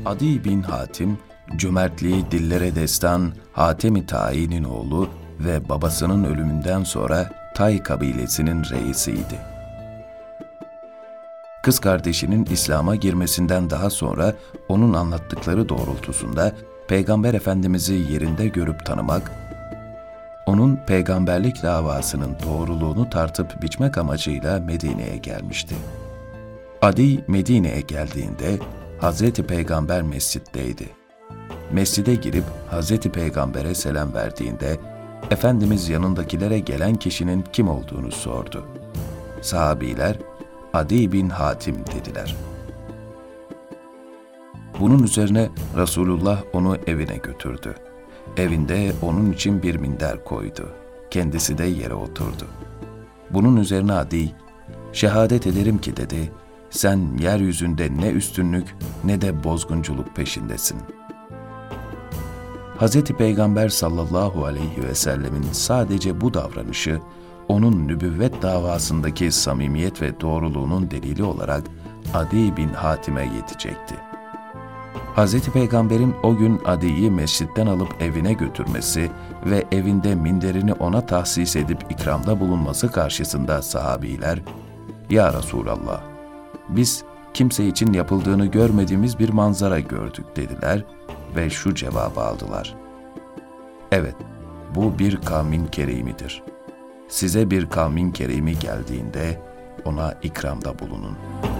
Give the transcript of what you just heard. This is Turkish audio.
Adi bin Hatim, cömertliği dillere destan Hatem-i Tayi'nin oğlu ve babasının ölümünden sonra Tay kabilesinin reisiydi. Kız kardeşinin İslam'a girmesinden daha sonra onun anlattıkları doğrultusunda Peygamber Efendimiz'i yerinde görüp tanımak, onun peygamberlik davasının doğruluğunu tartıp biçmek amacıyla Medine'ye gelmişti. Adi Medine'ye geldiğinde Hazreti Peygamber mescitteydi. Mescide girip Hazreti Peygamber'e selam verdiğinde Efendimiz yanındakilere gelen kişinin kim olduğunu sordu. Sahabiler, Adi bin Hatim dediler. Bunun üzerine Resulullah onu evine götürdü. Evinde onun için bir minder koydu. Kendisi de yere oturdu. Bunun üzerine Adi, "Şehadet ederim ki" dedi, "sen yeryüzünde ne üstünlük ne de bozgunculuk peşindesin." Hz. Peygamber sallallahu aleyhi ve sellemin sadece bu davranışı, onun nübüvvet davasındaki samimiyet ve doğruluğunun delili olarak Adi bin Hatim'e yetecekti. Hz. Peygamber'in o gün Adi'yi mescitten alıp evine götürmesi ve evinde minderini ona tahsis edip ikramda bulunması karşısında sahabiler, "Ya Resulallah, biz kimse için yapıldığını görmediğimiz bir manzara gördük" dediler ve şu cevabı aldılar: "Evet, bu bir kavmin kerimidir. Size bir kavmin kerimi geldiğinde ona ikramda bulunun."